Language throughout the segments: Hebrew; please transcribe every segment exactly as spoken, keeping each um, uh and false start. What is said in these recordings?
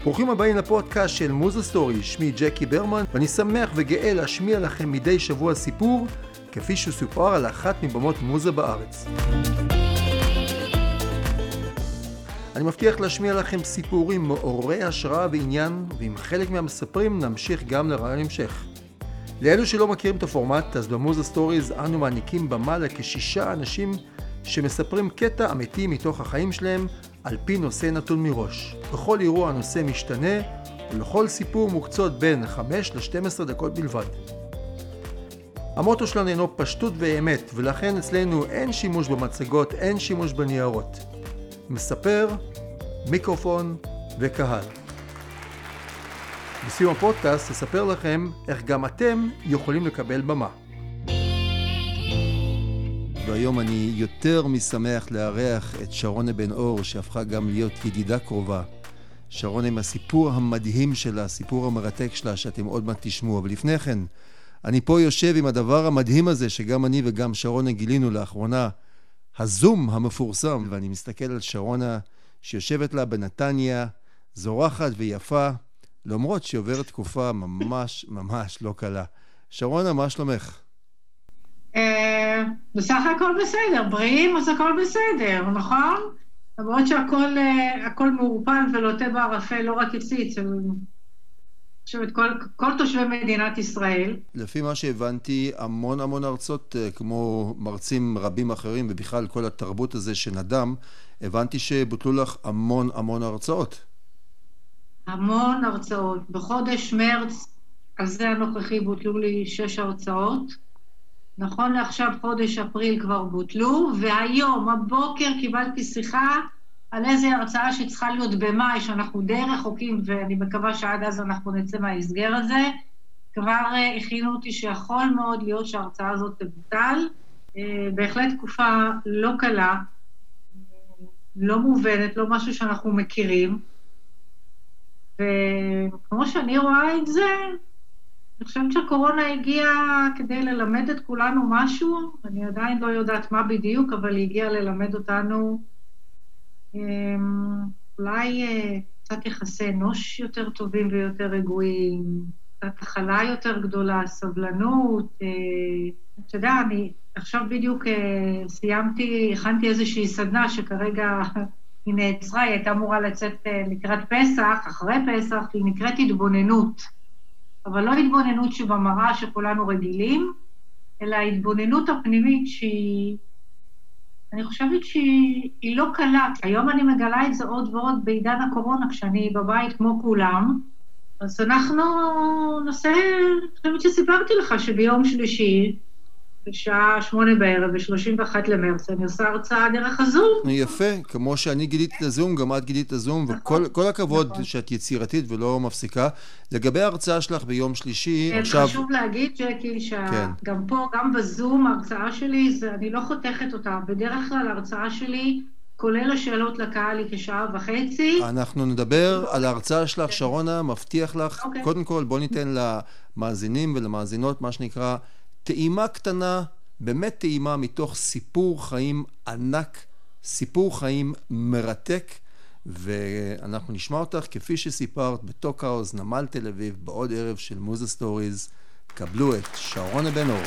ברוכים הבאים לפודקאסט של מוזה סטורי, שמי ג'קי ברמן, ואני שמח וגאה להשמיע לכם מדי שבוע סיפור, כפי שסופר על אחת מבמות מוזה בארץ. אני מבטיח להשמיע לכם סיפורים מעוררי השראה ועניין, ועם חלק מהמספרים נמשיך גם לרעיון המשך. לאלו שלא מכירים את הפורמט, אז במוזה סטוריז אנו מעניקים במה לכשישה אנשים שמספרים קטע אמיתי מתוך החיים שלהם, על פי נושא נתון מראש. בכל אירוע הנושא משתנה, ולכל סיפור מוקצות בין חמש ל-שתים עשרה דקות בלבד. המוטו שלנו אינו פשטות ואמת, ולכן אצלנו אין שימוש במצגות, אין שימוש בניירות. מספר, מיקרופון וקהל. בסיום הפודקאסט אספר לכם איך גם אתם יכולים לקבל במה. והיום אני יותר משמח לארח את שרונה בן אור, שהפכה גם להיות ידידה קרובה. שרונה עם הסיפור המדהים שלה, הסיפור המרתק שלה, שאתם עוד מעט תשמעו. אבל לפני כן, אני פה יושב עם הדבר המדהים הזה, שגם אני וגם שרונה גילינו לאחרונה, הזום המפורסם. ואני מסתכל על שרונה שיושבת לה בנתניה, זורחת ויפה, למרות שהיא עוברת תקופה ממש ממש לא קלה. שרונה, מה שלומך? בסך הכל בסדר, בריאים אז הכל בסדר, נכון? למרות שהכל הכל מעורפל ולוטה בערפל, לא רק אצלי, אצל כל, כל תושבי מדינת ישראל. לפי מה שהבנתי, המון המון ארצות, כמו מרצים רבים אחרים, ובכלל כל התרבות הזה שנדם, הבנתי שבוטלו לך המון המון הרצאות. המון הרצאות. בחודש מרץ, על זה הנוכחי, בוטלו לי שש הרצאות. נכון לעכשיו חודש אפריל כבר בוטלו, והיום, הבוקר, קיבלתי שיחה על איזו הרצאה שצריכה להיות במאי, שאנחנו די רחוקים, ואני מקווה שעד אז אנחנו נצא מההסגר הזה. כבר הכינו אותי שיכול מאוד להיות שההרצאה הזאת תבוטל. בהחלט תקופה לא קלה, לא מובנת, לא משהו שאנחנו מכירים. וכמו שאני רואה את זה, אני חושבת שהקורונה הגיעה כדי ללמד את כולנו משהו, אני עדיין לא יודעת מה בדיוק, אבל היא הגיעה ללמד אותנו אולי קצת יחסי אנוש יותר טובים ויותר רגועים, קצת הכלה יותר גדולה, סבלנות. אתה יודע, אני עכשיו בדיוק סיימתי, הכנתי איזושהי סדנה שכרגע היא נעצרה, היא הייתה אמורה לצאת לקראת פסח, אחרי פסח, היא נקראת התבוננות. אבל לא התבוננות שבמראה שכולנו רגילים, אלא התבוננות הפנימית שהיא, אני חושבת שהיא לא קלה. היום אני מגלה את זה עוד ועוד בעידן הקורונה, כשאני בבית כמו כולם. אז אנחנו נעשה, אני חושבת שסיפרתי לך שביום שלישי, בשעה שמונה בערב, ב-שלושים ואחד למרץ, אני עושה הרצאה דרך הזום. יפה, כמו שאני גיליתי את הזום, גם את גילית את הזום, וכל כל הכבוד שאת יצירתית ולא מפסיקה. לגבי ההרצאה שלך ביום שלישי, עכשיו... חשוב להגיד, ג'קי, שגם פה, גם בזום, ההרצאה שלי, אני לא חותכת אותה. בדרך כלל ההרצאה שלי, כולל השאלות לקהל היא כשעה וחצי. אנחנו נדבר על ההרצאה שלך, שרונה, מבטיח לך. קודם כל, בוא ניתן למאזינים ולמאזינות, מה שנקרא, טעימה קטנה, באמת טעימה מתוך סיפור חיים ענק, סיפור חיים מרתק, ואנחנו נשמע אותך כפי שסיפרת בטוקהאוז, נמל תל אביב, בעוד ערב של מוזה סטוריז. קבלו את שרונה בן אור.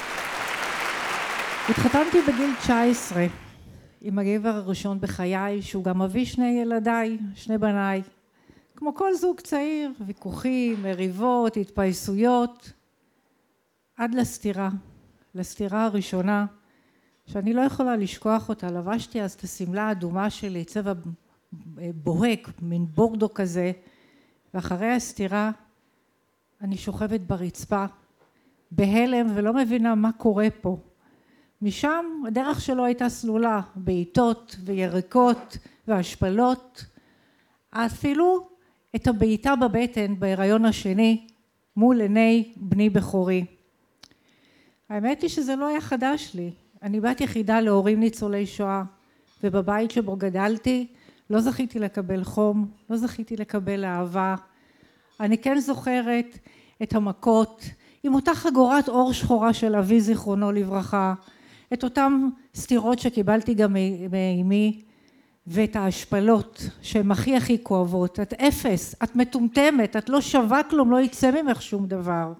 התחתנתי בגיל תשע עשרה עם הגבר הראשון בחיי, שהוא גם אבי שני ילדיי, שני בניי. כמו כל זוג צעיר, ויכוחים, מריבות, התפייסויות, עד לסתירה, לסתירה הראשונה, שאני לא יכולה לשכוח אותה. לבשתי אז את השמלה האדומה שלי, צבע בוהק, מין בורדו כזה, ואחרי הסתירה אני שוכבת ברצפה, בהלם ולא מבינה מה קורה פה. משם הדרך שלו הייתה סלולה, בעיטות ויריקות והשפלות, אפילו את הבעיטה בבטן בהיריון השני, מול עיני בני בכורי. האמת היא שזה לא היה חדש לי. אני בת יחידה להורים ניצולי שואה, ובבית שבו גדלתי לא זכיתי לקבל חום, לא זכיתי לקבל אהבה. אני כן זוכרת את המכות, עם אותה חגורת אור שחורה של אבי זיכרונו לברכה, את אותם סתירות שקיבלתי גם מאמי, ואת ההשפלות שהן הכי הכי כואבות. את אפס, את מטומטמת, את לא שווה כלום, לא יצא ממך שום דבר.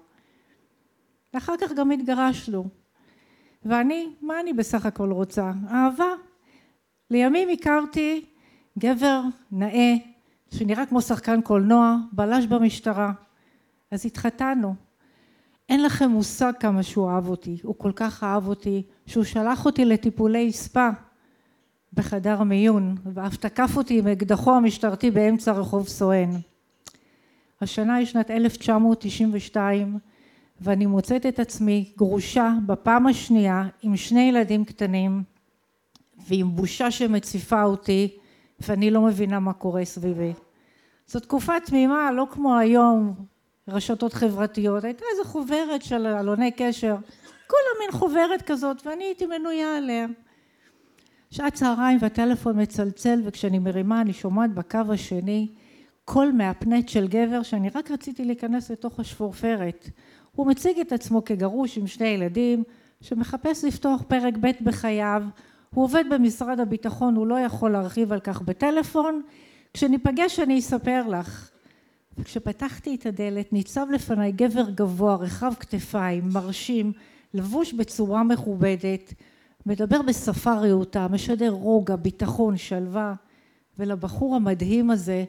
ואחר כך גם התגרשנו. ואני, מה אני בסך הכל רוצה? אהבה. לימים הכרתי גבר נאה, שנראה כמו שחקן קולנוע, בלש במשטרה. אז התחתנו. אין לכם מושג כמה שהוא אהב אותי. הוא כל כך אהב אותי, שהוא שלח אותי לטיפולי ספה בחדר מיון, ואף תקף אותי עם אקדחו המשטרתי באמצע רחוב סואן. השנה היא שנת אלף תשע מאות תשעים ושתיים, ואני מוצאת את עצמי גרושה בפעם השנייה עם שני ילדים קטנים, ועם בושה שמציפה אותי, ואני לא מבינה מה קורה סביבי. זו תקופה תמימה, לא כמו היום, רשתות חברתיות. הייתה איזו חוברת של אלוני קשר, כולה מין חוברת כזאת, ואני הייתי מנויה עליה. שעת צהריים והטלפון מצלצל, וכשאני מרימה אני שומעת בקו השני קול מהפנט של גבר שאני רק רציתי להיכנס לתוך השפורפרת. הוא מציג את עצמו כגרוש עם שני ילדים שמחפש לפתוח פרק ב' בחייו. הוא עובד במשרד הביטחון, הוא לא יכול להרחיב על כך בטלפון. כשניפגש אני אספר לך. וכשפתחתי את הדלת ניצב לפניי גבר גבוה, רחב כתפיים, מרשים, לבוש בצורה מכובדת, מדבר בשפה רהוטה, משדר רוגע, ביטחון, שלווה, ולבחור המדהים הזה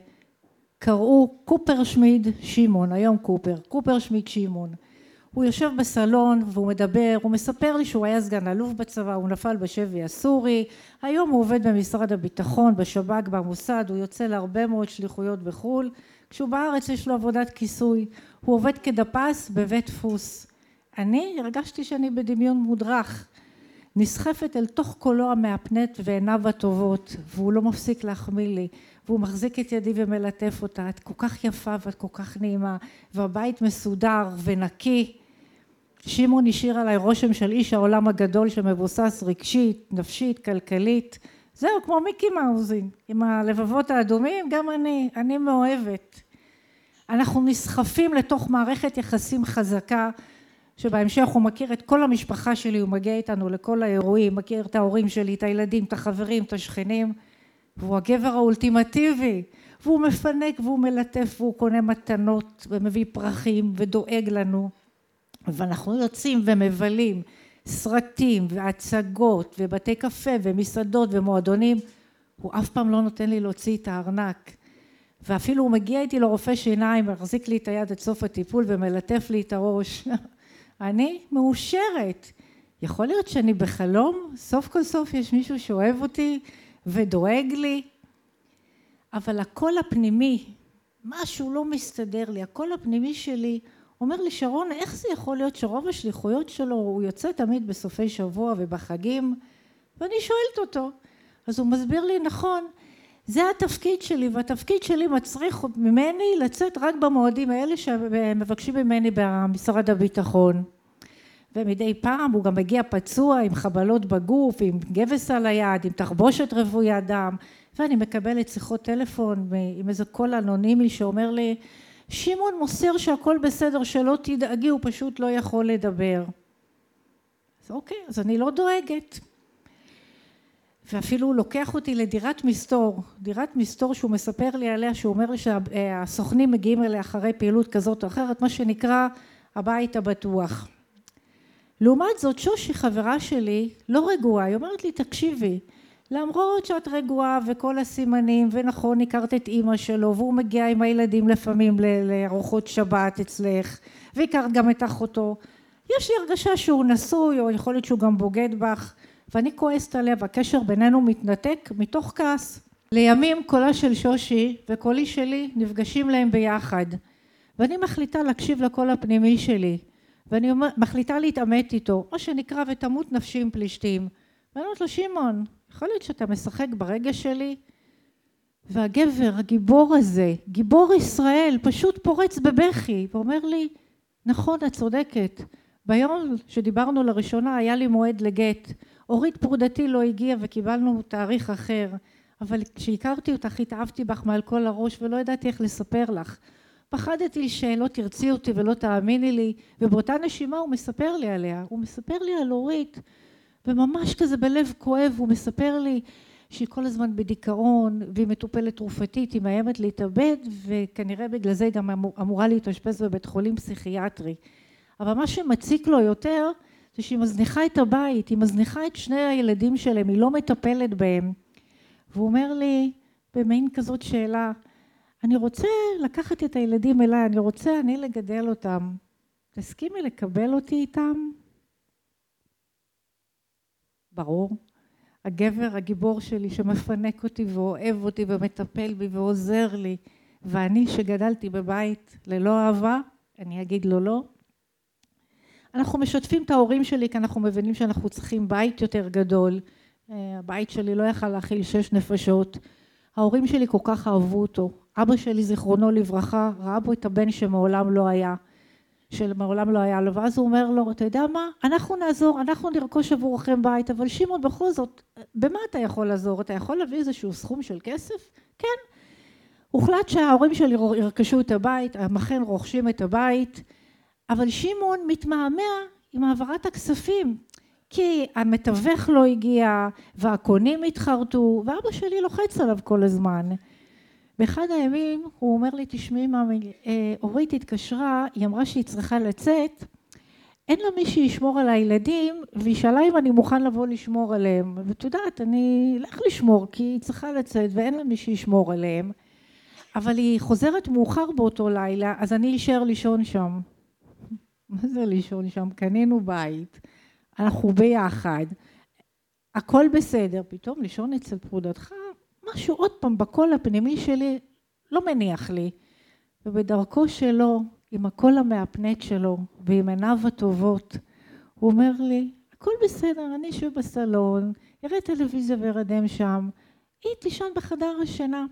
קראו קופר שמיד שמעון, היום קופר, קופר שמיד שמעון. הוא יושב בסלון והוא מדבר, הוא מספר לי שהוא היה סגן אלוף בצבא, הוא נפל בשבי הסורי, היום הוא עובד במשרד הביטחון, בשב"כ, במוסד, הוא יוצא להרבה מאוד שליחויות בחו"ל, כשהוא בארץ יש לו עבודת כיסוי, הוא עובד כדפס בבית דפוס. אני הרגשתי שאני בדמיון מודרך, נסחפת אל תוך קולו המהפנט ועיניו הטובות, והוא לא מפסיק להחמיא לי, והוא מחזיק את ידי ומלטף אותה, את כל כך יפה ואת כל כך נעימה, והבית מסודר ונקי. שמעון השאיר עליי רושם של איש העולם הגדול שמבוסס רגשית, נפשית, כלכלית. זהו, כמו מיקי מאוזין, עם הלבבות האדומים, גם אני, אני מאוהבת. אנחנו נסחפים לתוך מערכת יחסים חזקה, שבהמשך הוא מכיר את כל המשפחה שלי, הוא מגיע איתנו לכל האירועים, מכיר את ההורים שלי, את הילדים, את החברים, את השכנים, והוא הגבר האולטימטיבי, והוא מפנק והוא מלטף והוא קונה מתנות ומביא פרחים ודואג לנו, ואנחנו יוצאים ומבלים סרטים והצגות ובתי קפה ומסעדות ומועדונים, הוא אף פעם לא נותן לי להוציא את הארנק, ואפילו הוא מגיע איתי לרופא שיניים, מחזיק לי את היד עד סוף הטיפול ומלטף לי את הראש. אני מאושרת. יכול להיות שאני בחלום, סוף כל סוף יש מישהו שאוהב אותי ודואג לי, אבל הקול הפנימי, משהו לא מסתדר לי, הקול הפנימי שלי אומר לי, שרון, איך זה יכול להיות שרוב השליחויות שלו הוא יוצא תמיד בסופי שבוע ובחגים, ואני שואלת אותו, אז הוא מסביר לי, נכון, זה התפקיד שלי, והתפקיד שלי מצריך ממני לצאת רק במועדים האלה שמבקשים ממני במשרד הביטחון. ומדי פעם הוא גם מגיע פצוע עם חבלות בגוף, עם גבס על היד, עם תחבושת רוויה דם, ואני מקבלת שיחות טלפון עם איזה קול אנונימי שאומר לי, שמעון מוסר שהכל בסדר, שלא תדאגי, הוא פשוט לא יכול לדבר. אז אוקיי, אז אני לא דואגת. ואפילו הוא לוקח אותי לדירת מסתור, דירת מסתור שהוא מספר לי עליה, שהוא אומר לי שהסוכנים מגיעים אליה אחרי פעילות כזאת או אחרת, מה שנקרא הבית הבטוח. לעומת זאת, שושי, חברה שלי, לא רגועה, היא אומרת לי, תקשיבי, למרות שאת רגועה וכל הסימנים, ונכון, הכרת את אמא שלו, והוא מגיע עם הילדים לפעמים לארוחות שבת אצלך, והכרת גם את אחותו, יש לי הרגשה שהוא נשוי, או יכול להיות שהוא גם בוגד בך, ואני כועסת עליה, והקשר בינינו מתנתק מתוך כעס. לימים קולה של שושי וקולי שלי נפגשים להם ביחד, ואני מחליטה להקשיב לקול הפנימי שלי, ואני מחליטה להתעמת איתו, מה שנקרא ותמות נפשי עם פלישתים. ואני אומרת לו, שמעון, יכול להיות שאתה משחק ברגע שלי? והגבר, הגיבור הזה, גיבור ישראל, פשוט פורץ בבכי, ואומר לי, נכון, את צודקת. ביום שדיברנו לראשונה היה לי מועד לגט. אורית פרודתי לא הגיעה וקיבלנו תאריך אחר, אבל כשהכרתי אותך התאהבתי בך מעל כל הראש ולא ידעתי איך לספר לך. פחדתי שלא תרצי אותי ולא תאמיני לי, ובאותה נשימה הוא מספר לי עליה, הוא מספר לי על אורית, וממש כזה בלב כואב הוא מספר לי שהיא כל הזמן בדיכאון, והיא מטופלת תרופתית, היא מאיימת להתאבד, וכנראה בגלל זה היא גם אמורה להתאשפז בבית חולים פסיכיאטרי. אבל מה שמציק לו יותר, זה שהיא מזניחה את הבית, היא מזניחה את שני הילדים שלהם, היא לא מטפלת בהם. והוא אומר לי, במין כזאת שאלה, אני רוצה לקחת את הילדים אליי, אני רוצה אני לגדל אותם. תסכימי לקבל אותי איתם? ברור. הגבר, הגיבור שלי שמפנק אותי ואוהב אותי ומטפל בי ועוזר לי, ואני שגדלתי בבית ללא אהבה, אני אגיד לו לא. אנחנו משתפים את ההורים שלי כי אנחנו מבינים שאנחנו צריכים בית יותר גדול. הבית שלי לא יכל להכיל שש נפשות. ההורים שלי כל כך אהבו אותו. אבא שלי זיכרונו לברכה ראה בו את הבן שמעולם לא היה. שמעולם לא היה לו. ואז הוא אומר לו, אתה יודע מה? אנחנו נעזור, אנחנו נרכוש עבורכם בית, אבל שמעון בכל זאת, במה אתה יכול לעזור? אתה יכול להביא איזשהו סכום של כסף? כן. הוחלט שההורים שלי ירכשו את הבית, הם אכן רוכשים את הבית, אבל שמעון מתמהמה עם העברת הכספים, כי המתווך לא הגיע, והקונים התחרטו, ואבא שלי לוחץ עליו כל הזמן. באחד הימים הוא אומר לי, תשמעי מאמי, אורית התקשרה, היא אמרה שהיא צריכה לצאת, אין לה מי שישמור על הילדים, והיא שאלה אם אני מוכן לבוא לשמור עליהם. ואת יודעת, אני אלך לשמור, כי היא צריכה לצאת, ואין לה מי שישמור עליהם. אבל היא חוזרת מאוחר באותו לילה, אז אני אשאר לישון שם. מה זה לישון שם? קנינו בית, אנחנו ביחד, הכל בסדר, פתאום לישון אצל פרודתך, משהו עוד פעם בקול הפנימי שלי לא מניח לי. ובדרכו שלו, עם הקול המאפנט שלו, ועם עיניו הטובות, הוא אומר לי, הכל בסדר, אני אשב בסלון, יראה טלוויזיה ורדם שם, היא תישן בחדר השינה.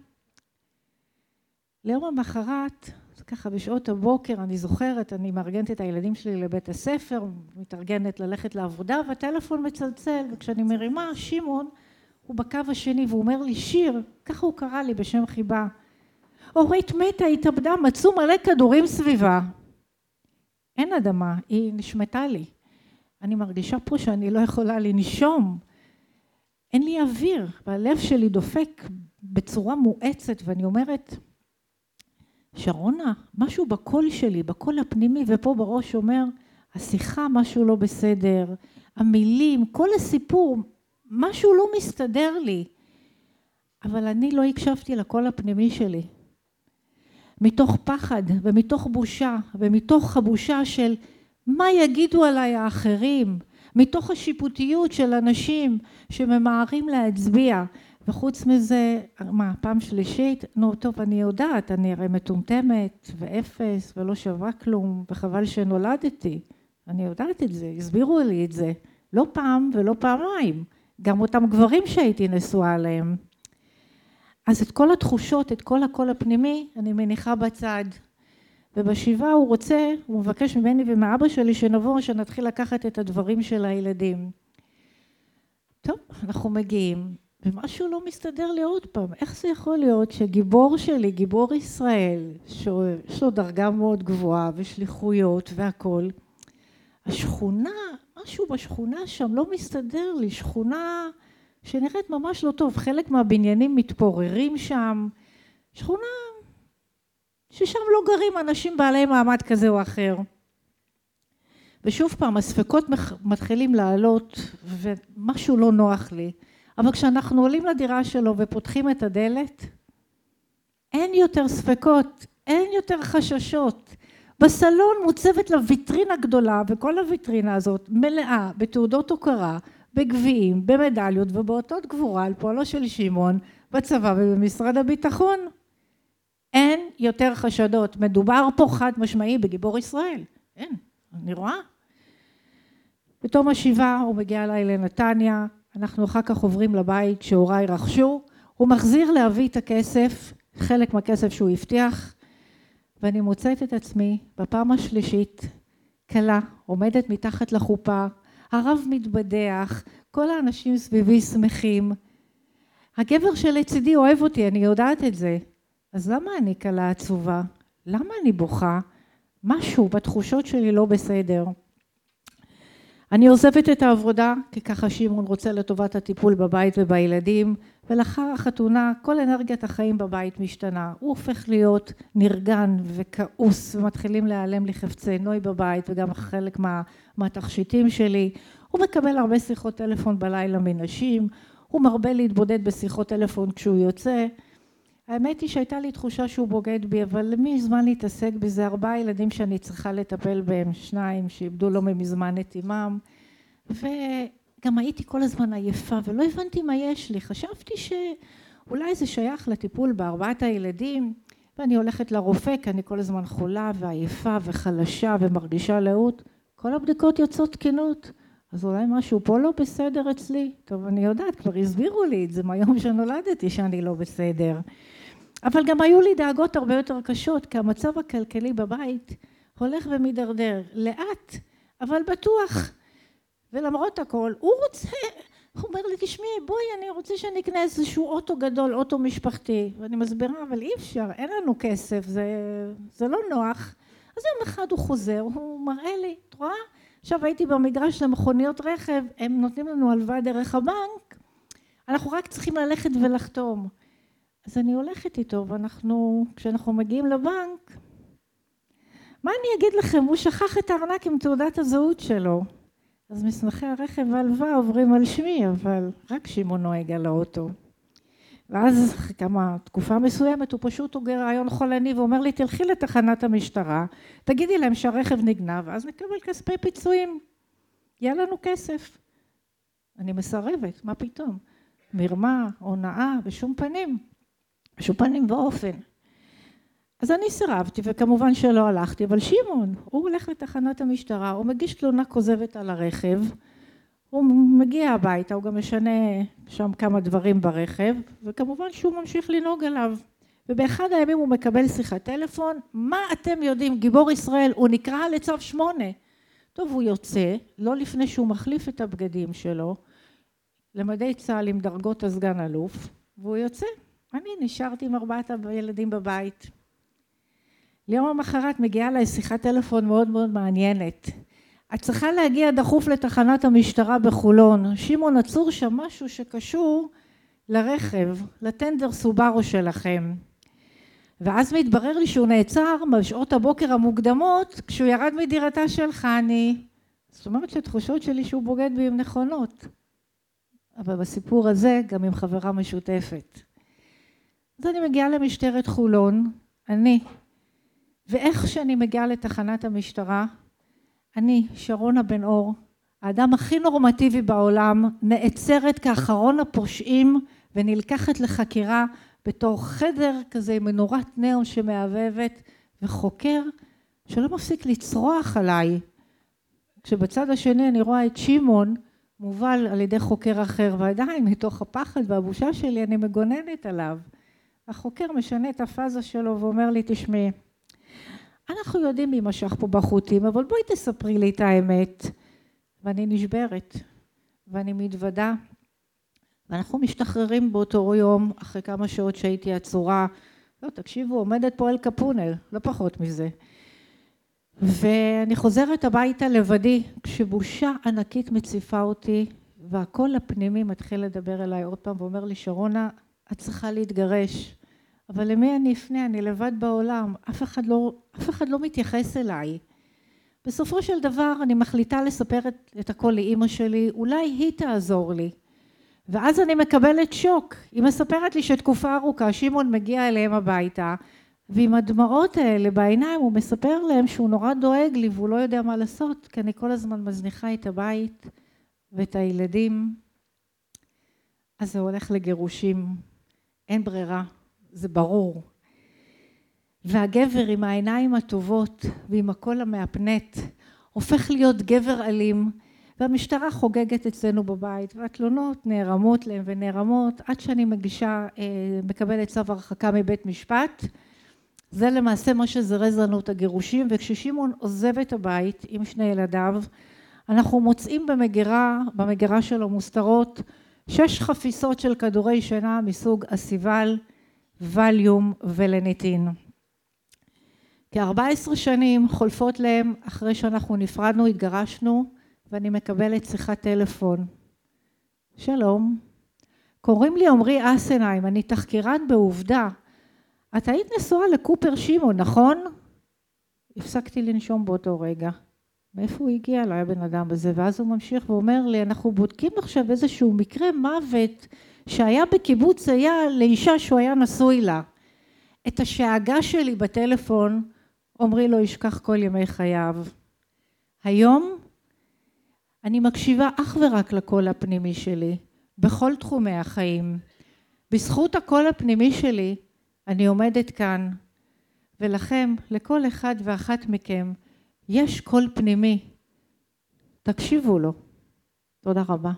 ליום המחרת, ככה בשעות הבוקר, אני זוכרת, אני מארגנת את הילדים שלי לבית הספר, מתארגנת ללכת לעבודה, והטלפון מצלצל, וכשאני מרימה, שמעון, הוא בקו השני, והוא אומר לי, שיר, ככה הוא קרא לי בשם חיבה, אורית מתה, התאבדה, מצאו מלא כדורים סביבה. אין אדמה, היא נשמתה לי. אני מרגישה פה שאני לא יכולה לנשום. אין לי אוויר, והלב שלי דופק בצורה מואצת, ואני אומרת, שרונה, משהו בקול שלי, בקול הפנימי, ופה בראש אומר, השיחה משהו לא בסדר, המילים, כל הסיפור, משהו לא מסתדר לי. אבל אני לא הקשבתי לקול הפנימי שלי. מתוך פחד ומתוך בושה, ומתוך הבושה של מה יגידו עליי האחרים, מתוך השיפוטיות של אנשים שממהרים להצביע, וחוץ מזה, מה, פעם שלישית, נו טוב, אני יודעת, אני הרי מטומטמת ואפס ולא שווה כלום, וחבל שנולדתי, אני יודעת את זה, הסבירו לי את זה, לא פעם ולא פעמיים, גם אותם גברים שהייתי נשואה עליהם. אז את כל התחושות, את כל הקול הפנימי, אני מניחה בצד. ובשבעה הוא רוצה, הוא מבקש ממני ומאבא שלי שנבוא, שנתחיל לקחת את הדברים של הילדים. טוב, אנחנו מגיעים, ומשהו לא מסתדר לי עוד פעם. איך זה יכול להיות שגיבור שלי, גיבור ישראל, שיש לו דרגה מאוד גבוהה ושליחויות והכל, השכונה, משהו בשכונה שם לא מסתדר לי, שכונה שנראית ממש לא טוב, חלק מהבניינים מתפוררים שם, שכונה ששם לא גרים אנשים בעלי מעמד כזה או אחר. ושוב פעם, הספקות מתחילים לעלות ומשהו לא נוח לי, אבל כשאנחנו עולים לדירה שלו ופותחים את הדלת, אין יותר ספקות, אין יותר חששות. בסלון מוצבת לה ויטרינה גדולה, וכל הוויטרינה הזאת מלאה בתעודות הוקרה, בגביעים, במדליות ובאותות גבורה על פועלו של שמעון בצבא ובמשרד הביטחון. אין יותר חשדות, מדובר פה חד משמעי בגיבור ישראל. אין, אני רואה. בתום השבעה הוא מגיע אליי לנתניה, אנחנו אחר כך עוברים לבית שהוריי רכשו, הוא מחזיר להביא את הכסף, חלק מהכסף שהוא הבטיח, ואני מוצאת את עצמי בפעם השלישית, קלה, עומדת מתחת לחופה, הרב מתבדח, כל האנשים סביבי שמחים. הגבר שלצידי אוהב אותי, אני יודעת את זה. אז למה אני קלה עצובה? למה אני בוכה? משהו בתחושות שלי לא בסדר. אני עוזבת את העבודה, כי ככה שמעון רוצה לטובת הטיפול בבית ובילדים, ולאחר החתונה כל אנרגיית החיים בבית משתנה. הוא הופך להיות נרגן וכעוס, ומתחילים להיעלם לי חפצי נוי בבית, וגם חלק מה, מהתכשיטים שלי. הוא מקבל הרבה שיחות טלפון בלילה מנשים, הוא מרבה להתבודד בשיחות טלפון כשהוא יוצא. האמת היא שהייתה לי תחושה שהוא בוגד בי, אבל למי זמן להתעסק בזה? ארבעה ילדים שאני צריכה לטפל בהם, שניים שאיבדו לו מזמן את אמם, וגם הייתי כל הזמן עייפה ולא הבנתי מה יש לי. חשבתי שאולי זה שייך לטיפול בארבעת הילדים, ואני הולכת לרופא כי אני כל הזמן חולה ועייפה וחלשה ומרגישה לאות. כל הבדיקות יוצאות תקינות, אז אולי משהו פה לא בסדר אצלי. טוב, אני יודעת, כבר הסבירו לי את זה מהיום שנולדתי שאני לא בסדר. אבל גם היו לי דאגות הרבה יותר קשות, כי המצב הכלכלי בבית הולך ומדרדר, לאט, אבל בטוח. ולמרות הכל, הוא רוצה, הוא אומר לי, תשמעי, בואי, אני רוצה שנקנה איזשהו אוטו גדול, אוטו משפחתי. ואני מסבירה, אבל אי אפשר, אין לנו כסף, זה, זה לא נוח. אז יום אחד הוא חוזר, הוא מראה לי, את רואה? עכשיו הייתי במגרש למכוניות רכב, הם נותנים לנו הלוואה דרך הבנק, אנחנו רק צריכים ללכת ולחתום. אז אני הולכת איתו, ואנחנו, כשאנחנו מגיעים לבנק, מה אני אגיד לכם? הוא שכח את הארנק עם תעודת הזהות שלו. אז מסמכי הרכב וההלוואה עוברים על שמי, אבל רק שמעון נוהג על האוטו. ואז כמה תקופה מסוימת הוא פשוט הוגה רעיון חולני ואומר לי, תלכי לתחנת המשטרה, תגידי להם שהרכב נגנב, אז נקבל כספי פיצויים. יהיה לנו כסף. אני מסרבת, מה פתאום? מרמה, הונאה, בשום פנים. בשום פנים ואופן. אז אני סירבתי, וכמובן שלא הלכתי, אבל שמעון, הוא הולך לתחנת המשטרה, הוא מגיש תלונה כוזבת על הרכב, הוא מגיע הביתה, הוא גם משנה שם כמה דברים ברכב, וכמובן שהוא ממשיך לנהוג עליו. ובאחד הימים הוא מקבל שיחת טלפון, מה אתם יודעים, גיבור ישראל, הוא נקרא לצו שמונה. טוב, הוא יוצא, לא לפני שהוא מחליף את הבגדים שלו, למדי צה"ל עם דרגות הסגן אלוף, והוא יוצא. אני נשארתי עם ארבעת הילדים בבית. ליום המחרת מגיעה לה שיחת טלפון מאוד מאוד מעניינת. את צריכה להגיע דחוף לתחנת המשטרה בחולון. שמעון עצור שם משהו שקשור לרכב, לטנדר סובארו שלכם. ואז מתברר לי שהוא נעצר בשעות הבוקר המוקדמות, כשהוא ירד מדירתה של חני. זאת אומרת שהתחושות שלי שהוא בוגד בי עם נכונות. אבל בסיפור הזה גם עם חברה משותפת. אז אני מגיעה למשטרת חולון, אני, ואיך שאני מגיעה לתחנת המשטרה, אני, שרונה בן אור, האדם הכי נורמטיבי בעולם, נעצרת כאחרון הפושעים ונלקחת לחקירה בתור חדר כזה עם מנורת נאון שמעבבת, וחוקר שלא מפסיק לצרוח עליי. כשבצד השני אני רואה את שמעון מובל על ידי חוקר אחר, ועדיין מתוך הפחד והבושה שלי אני מגוננת עליו. החוקר משנה את הפאזה שלו ואומר לי, תשמעי, אנחנו יודעים מי משך פה בחוטים, אבל בואי תספרי לי את האמת. ואני נשברת, ואני מתוודה, ואנחנו משתחררים באותו יום, אחרי כמה שעות שהייתי עצורה. לא, תקשיבו, עומדת פה אל קפונר, לא פחות מזה. ואני חוזרת הביתה לבדי, כשבושה ענקית מציפה אותי, והקול הפנימי מתחיל לדבר אליי עוד פעם, ואומר לי, שרונה, את צריכה להתגרש. אבל למי אני אפנה? אני לבד בעולם, אף אחד לא, אף אחד לא מתייחס אליי. בסופו של דבר אני מחליטה לספר את, את הכל לאמא שלי, אולי היא תעזור לי. ואז אני מקבלת שוק. היא מספרת לי שתקופה ארוכה, שמעון מגיע אליהם הביתה, ועם הדמעות האלה בעיניים הוא מספר להם שהוא נורא דואג לי, והוא לא יודע מה לעשות, כי אני כל הזמן מזניחה את הבית ואת הילדים. אז זה הולך לגירושים, אין ברירה. זה ברור. והגבר עם העיניים הטובות ועם הקול המאפנט הופך להיות גבר אלים, והמשטרה חוגגת אצלנו בבית, והתלונות נערמות להם ונערמות, עד שאני מגישה, מקבלת צו הרחקה מבית משפט. זה למעשה מה שזרז לנו את הגירושים, וכששמעון עוזב את הבית עם שני ילדיו, אנחנו מוצאים במגירה, במגירה שלו מוסתרות, שש חפיסות של כדורי שינה מסוג אסיבל, ווליום ולניטין. כ-ארבע עשרה שנים חולפות להם אחרי שאנחנו נפרדנו, התגרשנו, ואני מקבלת שיחת טלפון. שלום, קוראים לי עמרי אסנהיים, אני תחקירן בעובדה. את היית נשואה לקופר שמעון, נכון? הפסקתי לנשום באותו רגע. מאיפה הוא הגיע אליי הבן אדם הזה? ואז הוא ממשיך ואומר לי, אנחנו בודקים עכשיו איזשהו מקרה מוות שהיה בקיבוץ היה לאישה שהוא היה נשוי לה. את השאגה שלי בטלפון, עמרי לא ישכח כל ימי חייו. היום אני מקשיבה אך ורק לקול הפנימי שלי, בכל תחומי החיים. בזכות הקול הפנימי שלי, אני עומדת כאן, ולכם, לכל אחד ואחת מכם, יש קול פנימי. תקשיבו לו. תודה רבה.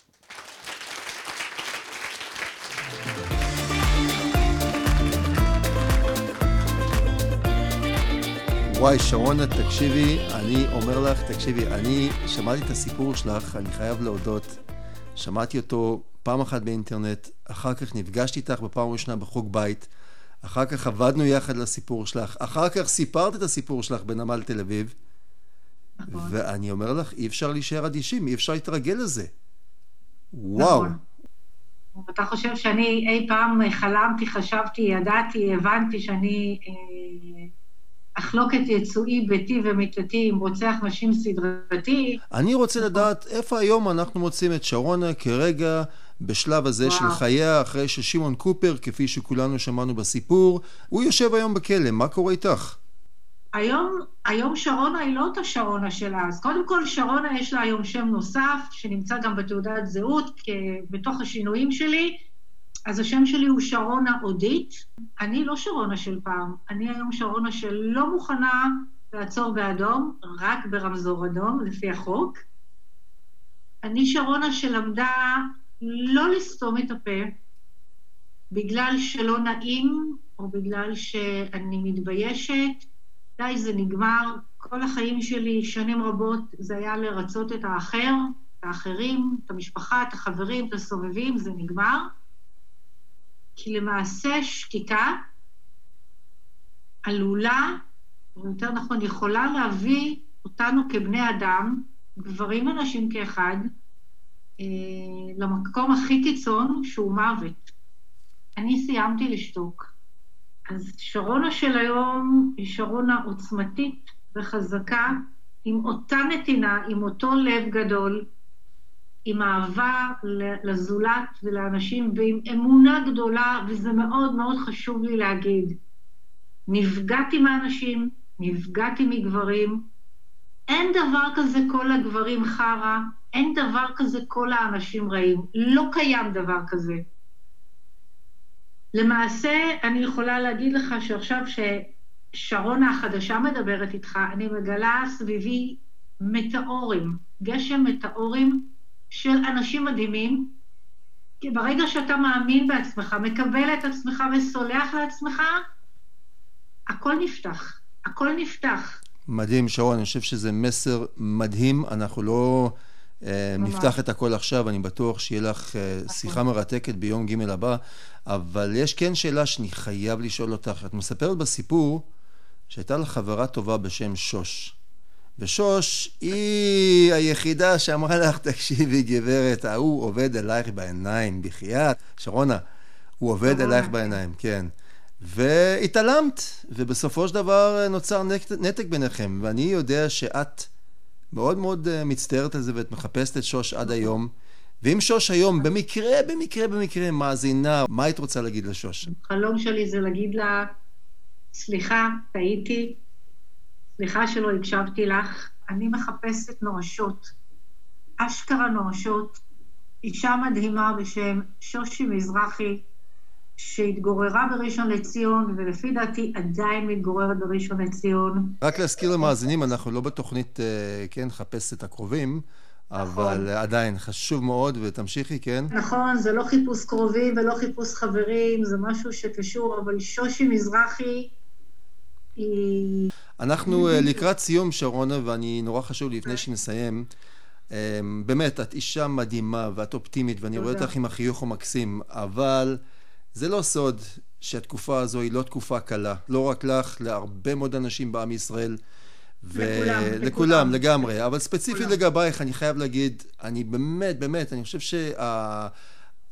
וואי, שרונה, תקשיבי, אני אומר לך, תקשיבי, אני שמעתי את הסיפור שלך, אני חייב להודות, שמעתי אותו פעם אחת באינטרנט, אחר כך נפגשתי איתך בפעם ראשונה בחוג בית, אחר כך עבדנו יחד לסיפור שלך, אחר כך סיפרת את הסיפור שלך בנמל תל אביב, נכון. ואני אומר לך, אי אפשר להישאר אדישים, אי אפשר להתרגל לזה. וואו. נכון. אתה חושב שאני אי פעם חלמתי, חשבתי, ידעתי, הבנתי שאני אה, אחלוק את יצואי ביתי ומיטתי עם רוצח נשים סדרתי. אני רוצה נכון. לדעת איפה היום אנחנו מוצאים את שרונה כרגע בשלב הזה וואו. של חייה, אחרי ששמעון קופר, כפי שכולנו שמענו בסיפור, הוא יושב היום בכלא, מה קורה איתך? היום, היום שרונה היא לא אותה שרונה שלה, אז קודם כל שרונה יש לה היום שם נוסף, שנמצא גם בתעודת זהות, בתוך השינויים שלי, אז השם שלי הוא שרונה אודית, אני לא שרונה של פעם, אני היום שרונה שלא מוכנה לעצור באדום, רק ברמזור אדום, לפי החוק. אני שרונה שלמדה לא לסתום את הפה, בגלל שלא נעים, או בגלל שאני מתביישת, די, זה נגמר. כל החיים שלי, שנים רבות, זה היה לרצות את האחר, את האחרים, את המשפחה, את החברים, את הסובבים, זה נגמר. כי למעשה שתיקה עלולה, או יותר נכון, יכולה להביא אותנו כבני אדם, גברים ונשים כאחד, אה, למקום הכי קיצון שהוא מוות. אני סיימתי לשתוק. אז שרונה של היום היא שרונה עוצמתית וחזקה, עם אותה נתינה, עם אותו לב גדול, עם אהבה לזולת ולאנשים, ועם אמונה גדולה, וזה מאוד מאוד חשוב לי להגיד. נפגעתי מהאנשים, נפגעתי מגברים, אין דבר כזה כל הגברים חרה, אין דבר כזה כל האנשים רעים, לא קיים דבר כזה. למעשה, אני יכולה להגיד לך שעכשיו ששרונה החדשה מדברת איתך, אני מגלה סביבי מטאורים, גשם מטאורים של אנשים מדהימים, כי ברגע שאתה מאמין בעצמך, מקבל את עצמך וסולח לעצמך, הכל נפתח, הכל נפתח. מדהים, שרון, אני חושב שזה מסר מדהים, אנחנו לא uh, נפתח את הכל עכשיו, אני בטוח שיהיה לך uh, שיחה מרתקת ביום ג' הבא, אבל יש כן שאלה שאני חייב לשאול אותך. את מספרת בסיפור שהייתה לך חברה טובה בשם שוש. ושוש היא היחידה שאמרה לך, תקשיבי גברת, הוא עובד אלייך בעיניים, בחייאת. שרונה, הוא עובד אלייך בעיניים, כן. והתעלמת, ובסופו של דבר נוצר נתק ביניכם. ואני יודע שאת מאוד מאוד מצטערת על זה, ואת מחפשת את שוש עד היום. ואם שוש היום, במקרה, במקרה, במקרה, מאזינה, מה היית רוצה להגיד לשוש? החלום שלי זה להגיד לה, סליחה, טעיתי, סליחה שלא הקשבתי לך, אני מחפשת נואשות, אשכרה נואשות, אישה מדהימה בשם שושי מזרחי, שהתגוררה בראשון לציון, ולפי דעתי עדיין מתגוררת בראשון לציון. רק להזכיר למאזינים, אנחנו לא בתוכנית, כן, חפש את הקרובים, אבל עדיין חשוב מאוד, ותמשיכי, כן? נכון, זה לא חיפוש קרובים ולא חיפוש חברים, זה משהו שקשור, אבל שושי מזרחי היא... אנחנו לקראת סיום, שרונה, ואני נורא חשוב לי לפני שנסיים, באמת, את אישה מדהימה ואת אופטימית, ואני רואה אותך עם החיוך המקסים, אבל זה לא סוד שהתקופה הזו היא לא תקופה קלה, לא רק לך, להרבה מאוד אנשים בעם ישראל, ולכולם, לגמרי, אבל ספציפית לגבייך, אני חייב להגיד, אני באמת, באמת, אני חושב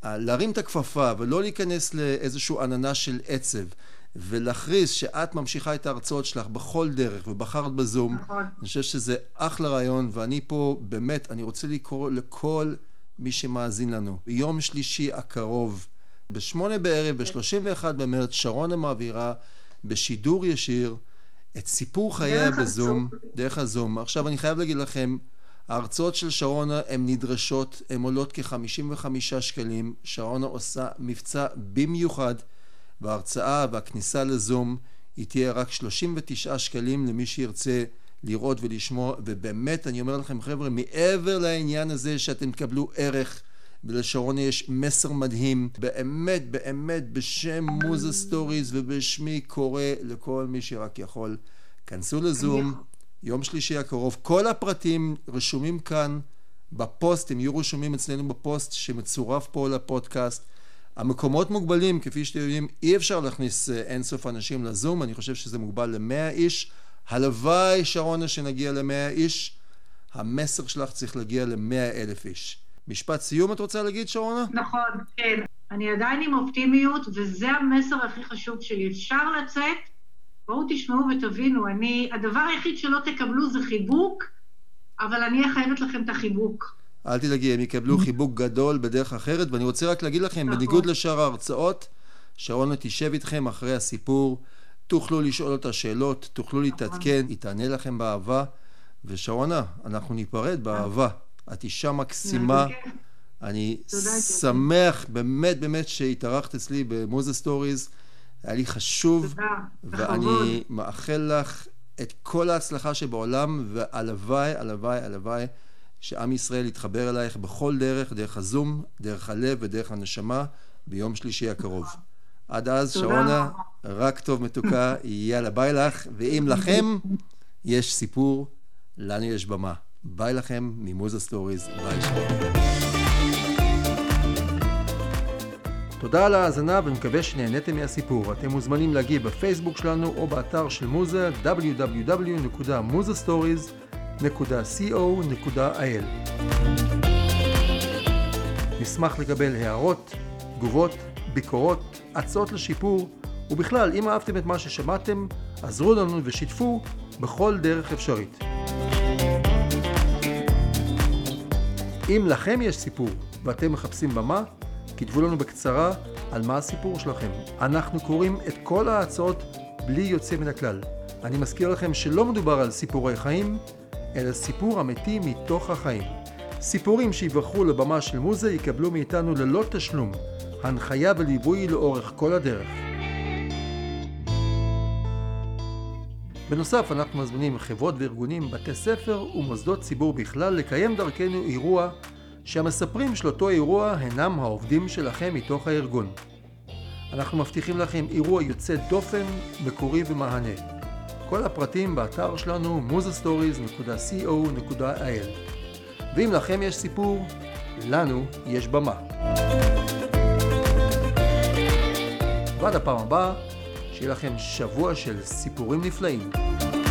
להרים את הכפפה ולא להיכנס לאיזשהו עננה של עצב, ולהכריז שאת ממשיכה את ההרצאות שלך בכל דרך ובחרת בזום, נכון. אני חושב שזה אחלה רעיון, ואני פה באמת, אני רוצה לקרוא לכל מי שמאזין לנו. ביום שלישי הקרוב, בשמונה בערב, ב-שלושים ואחד במרץ, שרונה מעבירה בשידור ישיר את סיפור חייה בזום, דרך הזום. עכשיו אני חייב להגיד לכם, ההרצאות של שרונה הן נדרשות, הן עולות כ-חמישים וחמישה שקלים. שרונה עושה מבצע במיוחד, וההרצאה והכניסה לזום היא תהיה רק שלושים ותשעה שקלים למי שירצה לראות ולשמוע. ובאמת אני אומר לכם חבר'ה, מעבר לעניין הזה שאתם תקבלו ערך, ולשרונה יש מסר מדהים, באמת באמת בשם מוזה סטוריז ובשמי קורא לכל מי שרק יכול, כנסו לזום יום שלישי הקרוב. כל הפרטים רשומים כאן בפוסט, הם יהיו רשומים אצלנו בפוסט שמצורף פה לפודקאסט. המקומות מוגבלים, כפי שאתם יודעים, אי אפשר להכניס אינסוף אנשים לזום, אני חושב שזה מוגבל ל-מאה איש. הלוואי שרונה שנגיע ל-מאה איש, המסר שלך צריך להגיע ל-מאה אלף איש. משפט סיום את רוצה להגיד, שרונה? נכון, כן. אני עדיין עם אופטימיות, וזה המסר הכי חשוב שלי. אפשר לצאת, בואו תשמעו ותבינו, אני, הדבר היחיד שלא תקבלו זה חיבוק, אבל אני אהיה חייבת לכם את החיבוק. אל תדאגי, הם יקבלו חיבוק גדול בדרך אחרת, ואני רוצה רק להגיד לכם, בניגוד לשאר ההרצאות, שרונה תשב איתכם אחרי הסיפור, תוכלו לשאול אותה שאלות, תוכלו להתעדכן, היא תענה לכם באהבה, ושרונה, אנחנו ניפרד באהבה. את אישה מקסימה, אני שמח באמת באמת שהתארחת אצלי במוזה סטוריז, היה לי חשוב, ואני מאחל לך את כל ההצלחה שבעולם, והלוואי, הלוואי, הלוואי, שעם ישראל יתחבר אלייך בכל דרך, דרך הזום, דרך הלב ודרך הנשמה, ביום שלישי הקרוב. עד אז, שרונה, רק טוב מתוקה, יאללה ביי לך, ואם לכם יש סיפור, לנו יש במה. ביי לכם ממוזה סטוריז, ביי שרונה. תודה על ההאזנה ומקווה שנהניתם מהסיפור. אתם מוזמנים להגיב בפייסבוק שלנו או באתר של מוזה דאבליו דאבליו דאבליו נקודה מוזה סטוריז נקודה קו נקודה איי אל. נשמח לקבל הערות, תגובות, ביקורות, הצעות לשיפור, ובכלל, אם אהבתם את מה ששמעתם, עזרו לנו ושיתפו בכל דרך אפשרית. אם לכם יש סיפור ואתם מחפשים במה, כתבו לנו בקצרה על מה הסיפור שלכם. אנחנו קוראים את כל ההצעות בלי יוצא מן הכלל. אני מזכיר לכם שלא מדובר על סיפורי חיים, אלא סיפור אמיתי מתוך החיים. סיפורים שיבחרו לבמה של מוזה יקבלו מאיתנו ללא תשלום, הנחיה וליווי לאורך כל הדרך. בנוסף, אנחנו מזמינים חברות וארגונים, בתי ספר ומוסדות ציבור בכלל לקיים דרכנו אירוע שהמספרים של אותו אירוע הינם העובדים שלכם מתוך הארגון. אנחנו מבטיחים לכם אירוע יוצא דופן, מקורי ומהנה. כל הפרטים באתר שלנו מוזה סטוריז נקודה קו נקודה איי אל. ואם לכם יש סיפור, לנו יש במה. ועד הפעם הבאה, שיהיה לכם שבוע של סיפורים נפלאים.